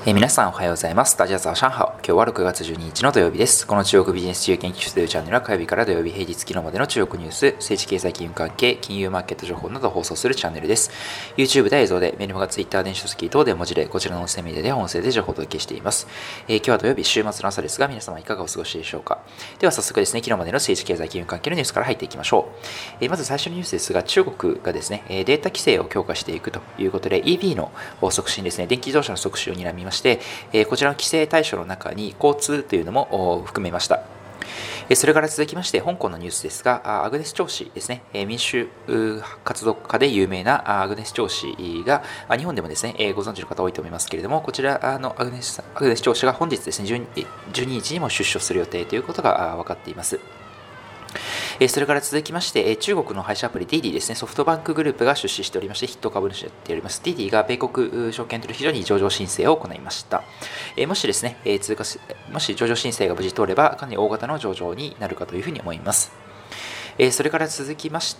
皆さんおはようございます。大家早上好。今日は6月12日の土曜日です。この中国ビジネス自由研究室というチャンネルは火曜日から土曜日、平日昨日までの中国ニュース、政治経済金融関係、金融マーケット情報などを放送するチャンネルです。YouTube で映像で、メルマガ、Twitter、電子書籍等で文字で、こちらの音声メディアで音声で情報をお届けしています。今日は土曜日、週末の朝ですが、皆様いかがお過ごしでしょうか。では早速ですね、昨日までの政治経済金融関係のニュースから入っていきましょう。まず最初のニュースですが、中国がですね、データ規制を強化していくということで、EV の促進ですね、電気自動車の促進を睨みまして、こちらの規制対象の中に交通というのも含めました。それから続きまして、香港のニュースですが、アグネス・チョウ氏ですね、民主活動家で有名なアグネス・チョウ氏が、日本でもですね、ご存知の方多いと思いますけれども、こちらのアグネス・チョウ氏が本日ですね、12日にも出所する予定ということが分かっています。それから続きまして、中国の配車アプリ DiDi ですね、ソフトバンクグループが出資しておりまして、筆頭株主でやっております DiDi が米国証券取引所に上場申請を行いました。もしですね、もし上場申請が無事通れば、かなり大型の上場になるかというふうに思います。それから続きまして、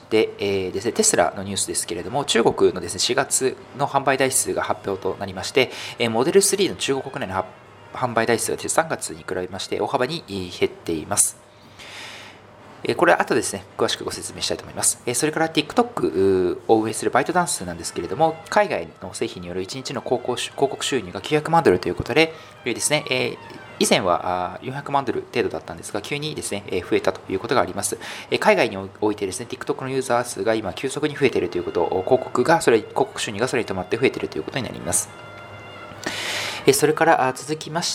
ですね、テスラのニュースですけれども、中国のですね、4月の販売台数が発表となりまして、モデル3の中国国内の販売台数が3月に比べまして大幅に減っています。これは後ですね、詳しくご説明したいと思います。それから TikTok を運営するバイトダンスなんですけれども、海外の製品による1日の広告収入が900万ドルということでですね、以前は400万ドル程度だったんですが、急にですね、増えたということがあります。海外においてですね、TikTok のユーザー数が今急速に増えているということ、広告収入がそれに伴って増えているということになります。それから続きまして、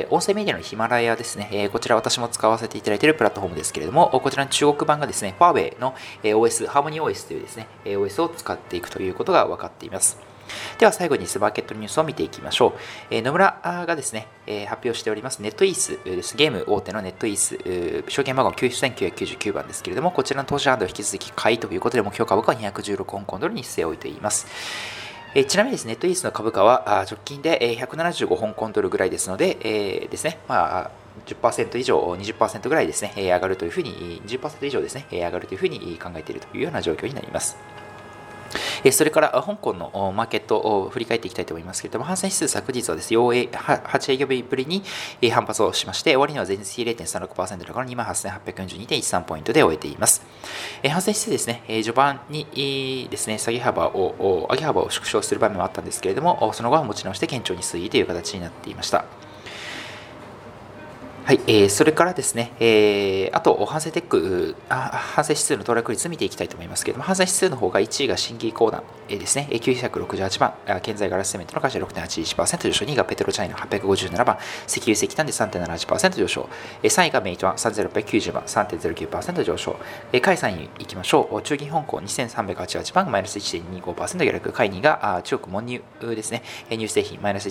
音声メディアのヒマラヤですね、こちら私も使わせていただいているプラットフォームですけれども、こちらの中国版がですね、ファーウェイの OS、ハーモニー OS というですね、OS を使っていくということが分かっています。では最後にマーケットニュースを見ていきましょう。野村がですね、発表しておりますネットイースです。ゲーム大手のネットイース、証券番号9999番ですけれども、こちらの投資ファンドを引き続き買いということで、目標株価は216香港ドルに据え置いています。ちなみにですね、ネットイースの株価は直近で175香港ドルぐらいですので、ですね、10% 以上、20% ぐらいですね、上がるというふうに、20% 以上ですね、上がるというふうに考えているというような状況になります。それから香港のマーケットを振り返っていきたいと思いますけれども、阪神指数昨日はですね、8営業日ぶりに反発をしまして、終わりには前日比 0.36% だから 28,842.13 ポイントで終えています。阪神指数ですね、序盤にですね、上げ幅を縮小する場面もあったんですけれども、その後は持ち直して堅調に推移という形になっていました。はい、それからですね、あと、阪成指数の騰落率見ていきたいと思いますけれども、阪成指数の方が1位が新規公団ですね、968番、建材ガラスセメントの会社 6.81% 上昇、2位がペトロチャイナ857番、石油石炭で 3.78% 上昇、3位がメイトワン3690番、3.09% 上昇、下位3位いきましょう、中銀香港2388番、マイナス 1.25% 下落、下位2位が中国モンニュですね、乳製品マイナス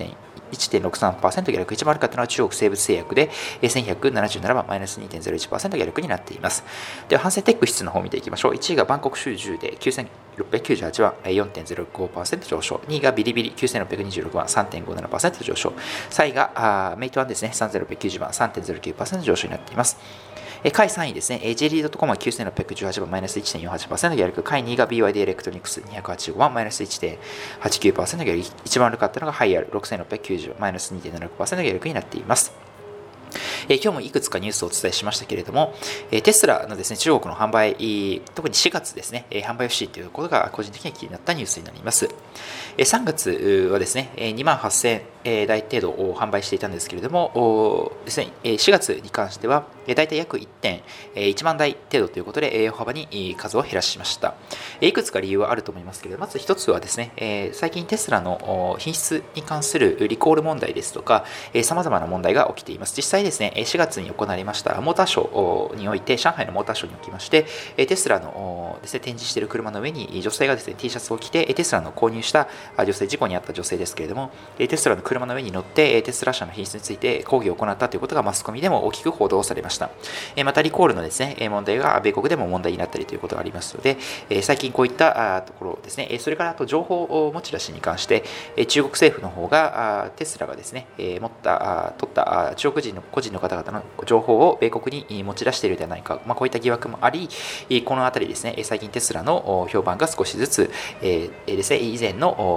1.63% 下落、一番悪かったのは中国生物製薬で1177番マイナス 2.01% 下落になっています。では、阪成テック指数の方を見ていきましょう。1位がバンコク州10で9698番 4.05% 上昇、2位がビリビリ9626番 3.57% 上昇、3位がメイトワンですね3690番 3.09% 上昇になっています。下位3位ですね、J リードとコマ9618番マイナス 1.48% 下落、下位2位が BYD エレクトニクス285番マイナス 1.89% 下落、一番悪かったのがハイアル6690番マイナス 2.76% 下落になっています。今日もいくつかニュースをお伝えしましたけれども、テスラのですね、中国の販売、特に4月ですね、販売不振ということが個人的に気になったニュースになります。3月はですね、28,000台程度を販売していたんですけれども、ですね、4月に関しては、だいたい約 1.1 万台程度ということで、大幅に数を減らしました。いくつか理由はあると思いますけれども、まず一つはですね、最近テスラの品質に関するリコール問題ですとか、様々な問題が起きています。実際ですね、4月に行われましたモーターショーにおいて、上海のモーターショーにおきまして、テスラのですね、展示している車の上に女性がですね、T シャツを着て、テスラの購入した女性、事故に遭った女性ですけれども、テスラの車の上に乗って、テスラ車の品質について講義を行ったということがマスコミでも大きく報道されました。またリコールのですね、問題が米国でも問題になったりということがありますので、最近こういったところですね、それからあと情報持ち出しに関して、中国政府の方がテスラがですね、取った中国人の個人の方々の情報を米国に持ち出しているのではないか、こういった疑惑もあり、このあたりですね、最近テスラの評判が少しずつですね、以前の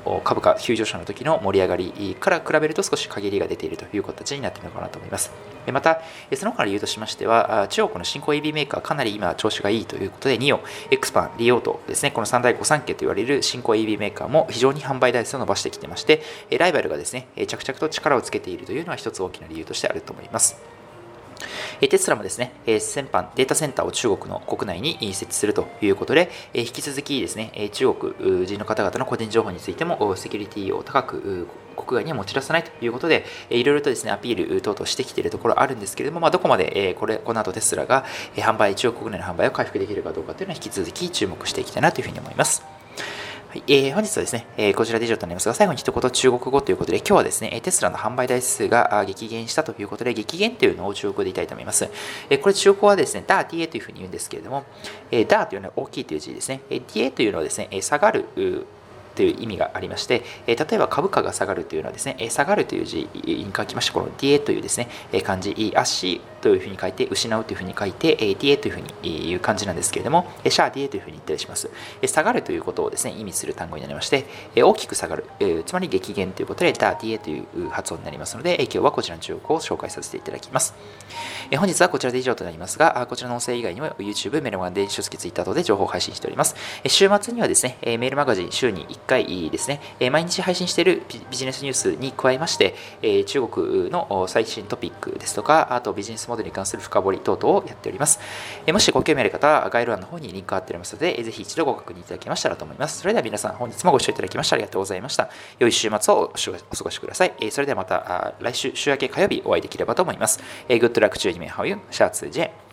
株価急上昇の時の盛り上がりから比べると少し陰りが出ているという形になっているのかなと思います。また、その他の理由としましては、中国の新興 EV メーカーかなり今調子がいいということで、ニオ、エクスパン、リオートですね、この三大御三家と言われる新興 EV メーカーも非常に販売台数を伸ばしてきてまして、ライバルがですね、着々と力をつけているというのは一つ大きな理由としてあると思います。テスラもですね、先般データセンターを中国の国内に設置するということで、引き続きですね、中国人の方々の個人情報についてもセキュリティを高く国外には持ち出さないということで、いろいろとですね、アピール等々してきているところあるんですけれども、どこまでこの後テスラが中国国内の販売を回復できるかどうかというのは引き続き注目していきたいなというふうに思います。はい、本日はですね、こちらで以上となりますが、最後に一言中国語ということで、今日はですね、テスラの販売台数が激減したということで、激減というのを中国語で言いたいと思います。これ中国語はですね、ダー DA というふうに言うんですけれども、ダーというのは大きいという字ですね。DA というのはですね、下がるという意味がありまして、例えば株価が下がるというのはですね、下がるという字に書きまして、この DA というですね、漢字、足というふうに書いて、失うというふうに書いて、DA というふうに言う漢字なんですけれども、シャー DA というふうに言ったりします。下がるということをですね、意味する単語になりまして、大きく下がる、つまり激減ということで、ダー DA という発音になりますので、今日はこちらの中国語を紹介させていただきます。本日はこちらで以上となりますが、こちらの音声以外にも YouTube、メルマガ、電子書籍、Twitter 等で情報を配信しております。週末にはですね、メールマガジン週に1回ですね、毎日配信しているビジネスニュースに加えまして、中国の最新トピックですとか、あとビジネスモデルに関する深掘り等々をやっております。もしご興味ある方は概要欄の方にリンク貼っておりますので、ぜひ一度ご確認いただけましたらと思います。それでは皆さん本日もご視聴いただきましてありがとうございました。良い週末をお過ごしください。それではまた来週週明け火曜日お会いできればと思います。Good luck to you, how you? 下次见。